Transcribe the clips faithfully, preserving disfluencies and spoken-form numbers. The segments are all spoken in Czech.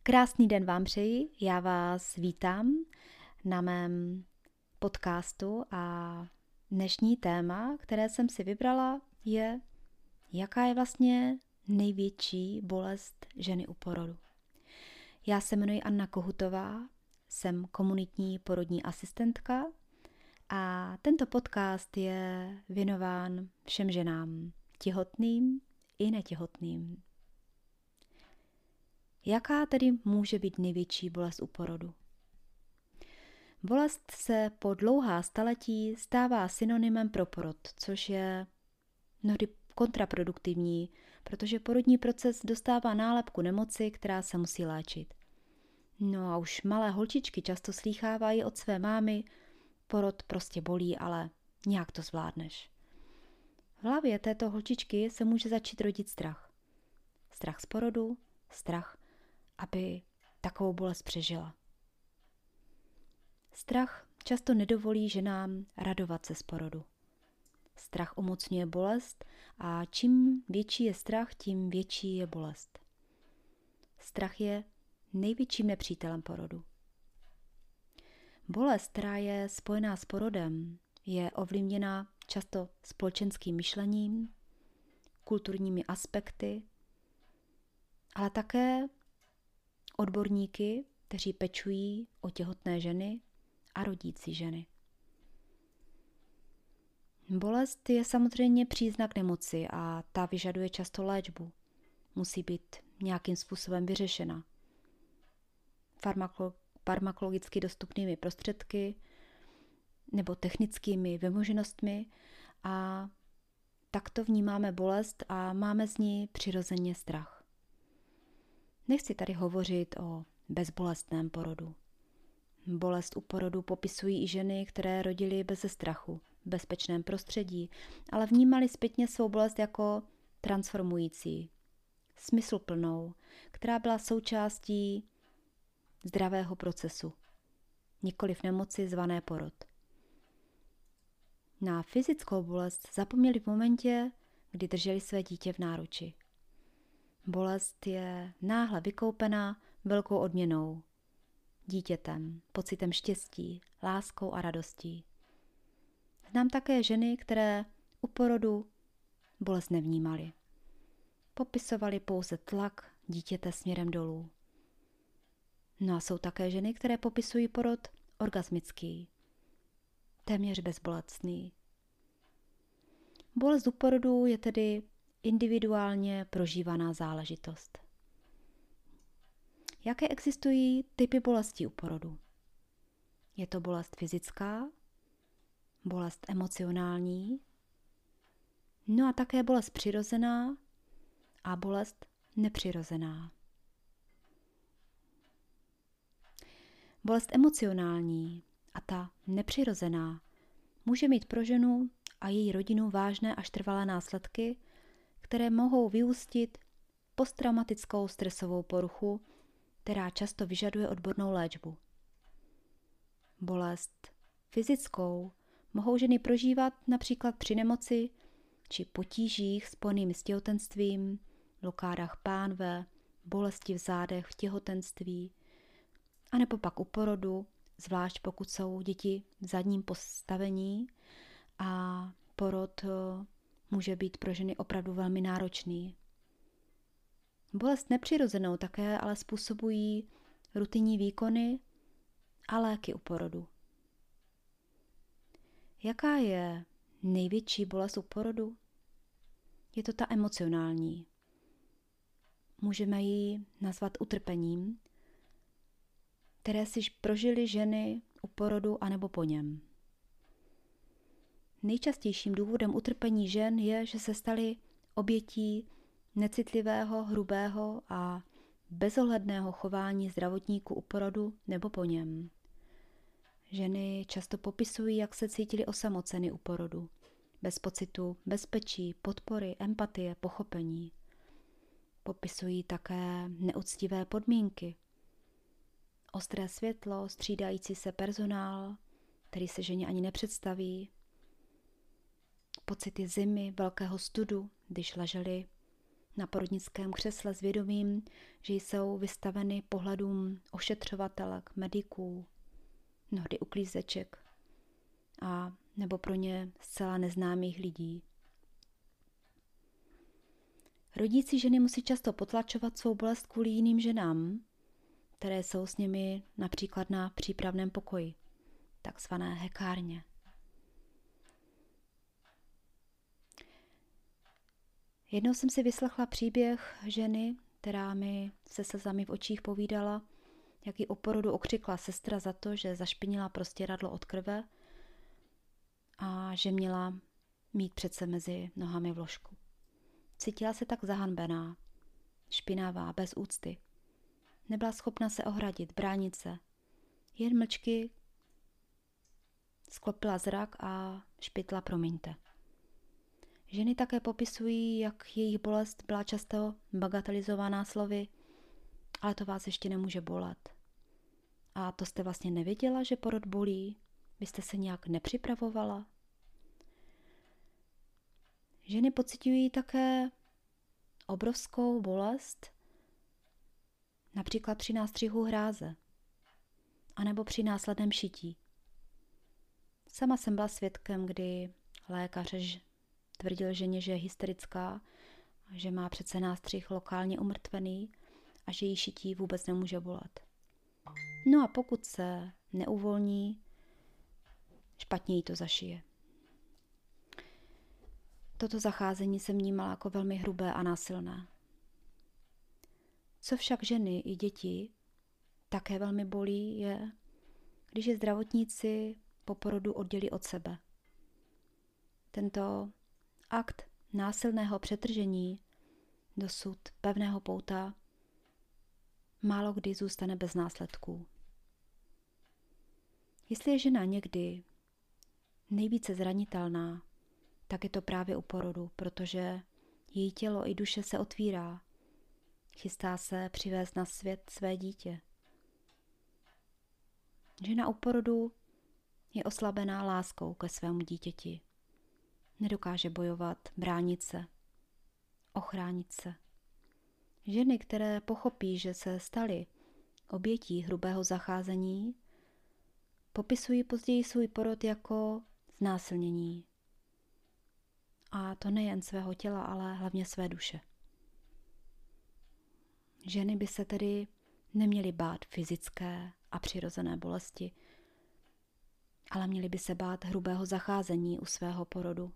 Krásný den vám přeji, já vás vítám na mém podcastu a dnešní téma, které jsem si vybrala, je, jaká je vlastně největší bolest ženy u porodu. Já se jmenuji Anna Kohutová, jsem komunitní porodní asistentka a tento podcast je věnován všem ženám, těhotným i netěhotným. Jaká tedy může být největší bolest u porodu? Bolest se po dlouhá staletí stává synonymem pro porod, což je mnohdy kontraproduktivní, protože porodní proces dostává nálepku nemoci, která se musí léčit. No a už malé holčičky často slýchávají od své mámy, porod prostě bolí, ale nějak to zvládneš. V hlavě této holčičky se může začít rodit strach. Strach z porodu, strach, aby takovou bolest přežila. Strach často nedovolí ženám radovat se z porodu. Strach umocňuje bolest a čím větší je strach, tím větší je bolest. Strach je největším nepřítelem porodu. Bolest, která je spojená s porodem, je ovlivněna často společenským myšlením, kulturními aspekty, ale také odborníky, kteří pečují o těhotné ženy a rodící ženy. Bolest je samozřejmě příznak nemoci a ta vyžaduje často léčbu. Musí být nějakým způsobem vyřešena. Farmako- farmakologicky dostupnými prostředky nebo technickými vymoženostmi a takto vnímáme bolest a máme z ní přirozeně strach. Nechci tady hovořit o bezbolestném porodu. Bolest u porodu popisují i ženy, které rodily beze strachu, v bezpečném prostředí, ale vnímaly zpětně svou bolest jako transformující, smysluplnou, která byla součástí zdravého procesu, nikoliv nemoci zvané porod. Na fyzickou bolest zapomněli v momentě, kdy drželi své dítě v náruči. Bolest je náhle vykoupená velkou odměnou, dítětem, pocitem štěstí, láskou a radostí. Znám také ženy, které u porodu bolest nevnímaly. Popisovaly pouze tlak dítěte směrem dolů. No a jsou také ženy, které popisují porod orgasmický, téměř bezbolestný. Bolest u porodu je tedy individuálně prožívaná záležitost. Jaké existují typy bolesti u porodu? Je to bolest fyzická, bolest emocionální, no a také bolest přirozená a bolest nepřirozená. Bolest emocionální a ta nepřirozená může mít pro ženu a její rodinu vážné až trvalé následky, které mohou vyústit posttraumatickou stresovou poruchu, která často vyžaduje odbornou léčbu. Bolest fyzickou mohou ženy prožívat například při nemoci či potížích spojeným s těhotenstvím, blokádách pánve, bolesti v zádech v těhotenství, anebo pak u porodu, zvlášť pokud jsou děti v zadním postavení a porod může být pro ženy opravdu velmi náročný. Bolest nepřirozenou také ale způsobují rutinní výkony a léky u porodu. Jaká je největší bolest u porodu? Je to ta emocionální. Můžeme ji nazvat utrpením, které si prožily ženy u porodu anebo po něm. Nejčastějším důvodem utrpení žen je, že se staly obětí necitlivého, hrubého a bezohledného chování zdravotníků u porodu nebo po něm. Ženy často popisují, jak se cítily osamoceny u porodu, bez pocitu bezpečí, podpory, empatie, pochopení. Popisují také neuctivé podmínky, ostré světlo, střídající se personál, který se ženě ani nepředstaví, pocity zimy, velkého studu, když leželi na porodnickém křesle s vědomím, že jsou vystaveny pohledům ošetřovatelek, mediků, mnohdy uklízeček a nebo pro ně zcela neznámých lidí. Rodící ženy musí často potlačovat svou bolest kvůli jiným ženám, které jsou s nimi například na přípravném pokoji, takzvané hekárně. Jednou jsem si vyslechla příběh ženy, která mi se slzami v očích povídala, jak jí o porodu okřikla sestra za to, že zašpinila prostěradlo od krve a že měla mít přece mezi nohami vložku. Cítila se tak zahanbená, špinavá, bez úcty. Nebyla schopna se ohradit, bránit se. Jen mlčky sklopila zrak a špitla promiňte. Ženy také popisují, jak jejich bolest byla často bagatelizovaná slovy, ale to vás ještě nemůže bolet. A to jste vlastně nevěděla, že porod bolí? Vy jste se nějak nepřipravovala? Ženy pociťují také obrovskou bolest, například při nástřihu hráze, anebo při následném šití. Sama jsem byla svědkem, kdy lékař tvrdil ženě, že je hysterická, že má přece nástřih lokálně umrtvený a že jí šití vůbec nemůže bolet. No a pokud se neuvolní, špatně jí to zašije. Toto zacházení jsem vnímala jako velmi hrubé a násilné. Co však ženy i děti také velmi bolí, je, když je zdravotníci po porodu oddělí od sebe. Tento akt násilného přetržení dosud pevného pouta málo kdy zůstane bez následků. Jestli je žena někdy nejvíce zranitelná, tak je to právě u porodu, protože její tělo i duše se otvírá. Chystá se přivést na svět své dítě. Žena u porodu je oslabená láskou ke svému dítěti. Nedokáže bojovat, bránit se, ochránit se. Ženy, které pochopí, že se staly obětí hrubého zacházení, popisují později svůj porod jako znásilnění. A to nejen svého těla, ale hlavně své duše. Ženy by se tedy neměly bát fyzické a přirozené bolesti, ale měly by se bát hrubého zacházení u svého porodu.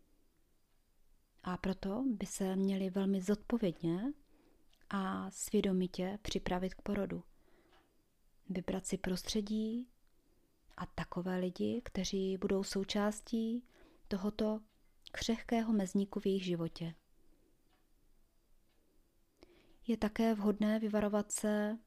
A proto by se měly velmi zodpovědně a svědomitě připravit k porodu. Vybrat si prostředí a takové lidi, kteří budou součástí tohoto křehkého mezníku v jejich životě. Je také vhodné vyvarovat se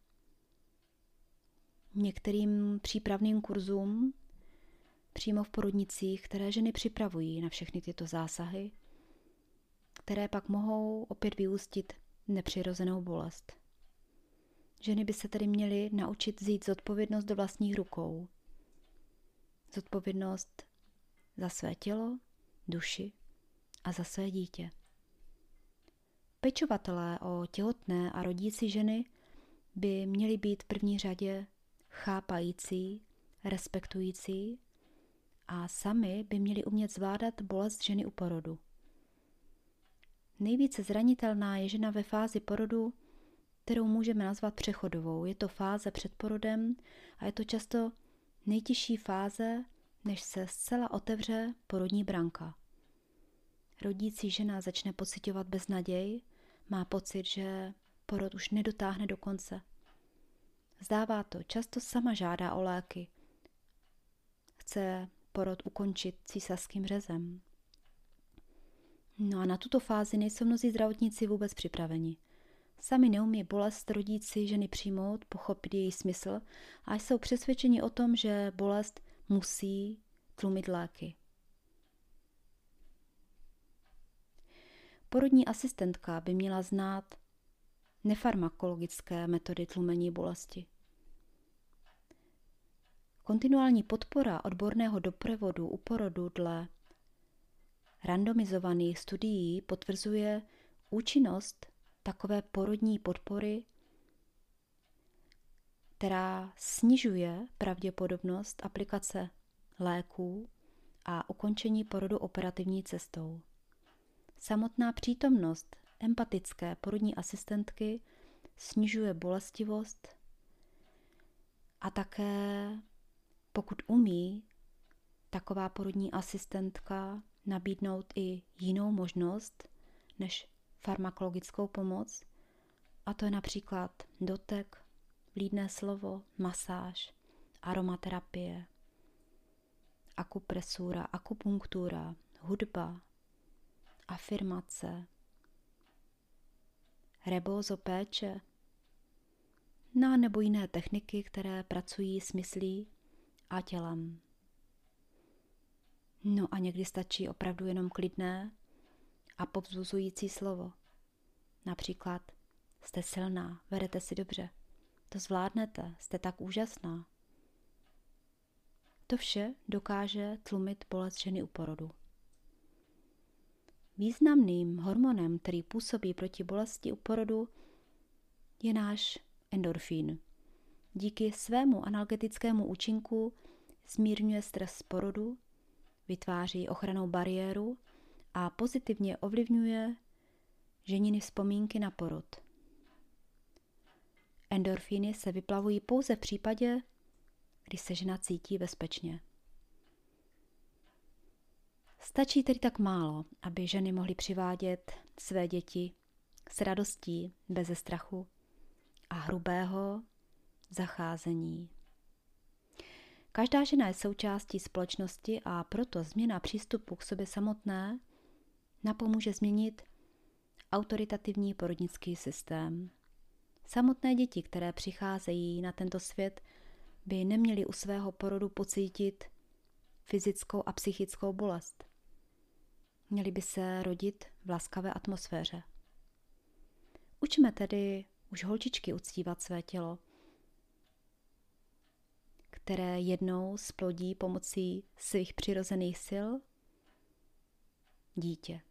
některým přípravným kurzům přímo v porodnicích, které ženy připravují na všechny tyto zásahy, které pak mohou opět vyústit nepřirozenou bolest. Ženy by se tedy měly naučit vzít zodpovědnost do vlastních rukou. Zodpovědnost za své tělo, duši a za své dítě. Pečovatelé o těhotné a rodící ženy by měli být v první řadě chápající, respektující a sami by měli umět zvládat bolest ženy u porodu. Nejvíce zranitelná je žena ve fázi porodu, kterou můžeme nazvat přechodovou. Je to fáze před porodem a je to často nejtěžší fáze, než se zcela otevře porodní branka. Rodící žena začne pociťovat beznaděj, má pocit, že porod už nedotáhne do konce. Vzdává to, často sama žádá o léky. Chce porod ukončit císařským řezem. No a na tuto fázi nejsou mnozí zdravotníci vůbec připraveni. Sami neumí bolest rodící ženy přijmout, pochopit její smysl a jsou přesvědčeni o tom, že bolest musí tlumit léky. Porodní asistentka by měla znát nefarmakologické metody tlumení bolesti. Kontinuální podpora odborného doprovodu u porodu dle randomizovaných studií potvrzuje účinnost takové porodní podpory, která snižuje pravděpodobnost aplikace léků a ukončení porodu operativní cestou. Samotná přítomnost empatické porodní asistentky snižuje bolestivost a také, pokud umí taková porodní asistentka nabídnout i jinou možnost než farmakologickou pomoc, a to je například dotek, vlídné slovo, masáž, aromaterapie, akupresura, akupunktura, hudba, afirmace, rebózopéče, no nebo jiné techniky, které pracují s myslí a tělem. No a někdy stačí opravdu jenom klidné a povzbuzující slovo. Například jste silná, vedete si dobře, to zvládnete, jste tak úžasná. To vše dokáže tlumit bolest ženy u porodu. Významným hormonem, který působí proti bolesti u porodu, je náš endorfín. Díky svému analgetickému účinku zmírňuje stres z porodu, vytváří ochrannou bariéru a pozitivně ovlivňuje ženiny vzpomínky na porod. Endorfíny se vyplavují pouze v případě, kdy se žena cítí bezpečně. Stačí tedy tak málo, aby ženy mohly přivádět své děti s radostí, beze strachu a hrubého zacházení. Každá žena je součástí společnosti a proto změna přístupu k sobě samotné napomůže změnit autoritativní porodnický systém. Samotné děti, které přicházejí na tento svět, by neměly u svého porodu pocítit fyzickou a psychickou bolest. Měly by se rodit v laskavé atmosféře. Učme tedy už holčičky uctívat své tělo, které jednou splodí pomocí svých přirozených sil dítě.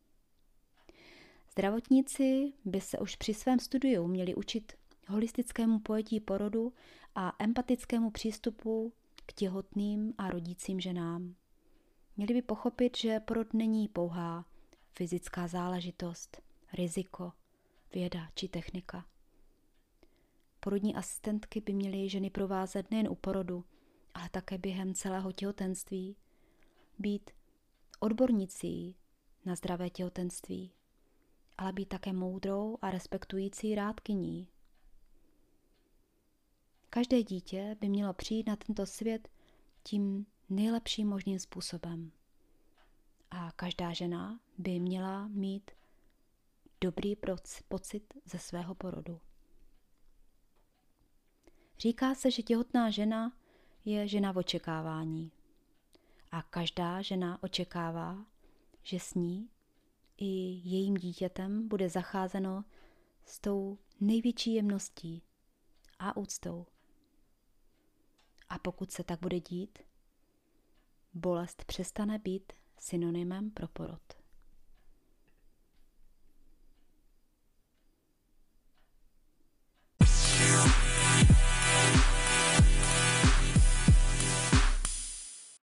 Zdravotníci by se už při svém studiu měli učit holistickému pojetí porodu a empatickému přístupu k těhotným a rodícím ženám. Měli by pochopit, že porod není pouhá fyzická záležitost, riziko, věda či technika. Porodní asistentky by měly ženy provázet nejen u porodu, ale také během celého těhotenství, být odbornicí na zdravé těhotenství, ale být také moudrou a respektující rádkyní. Každé dítě by mělo přijít na tento svět tím nejlepším možným způsobem. A každá žena by měla mít dobrý pocit ze svého porodu. Říká se, že těhotná žena je žena v očekávání. A každá žena očekává, že s ní i jejím dítětem bude zacházeno s tou největší jemností a úctou. A pokud se tak bude dít, bolest přestane být synonymem pro porod.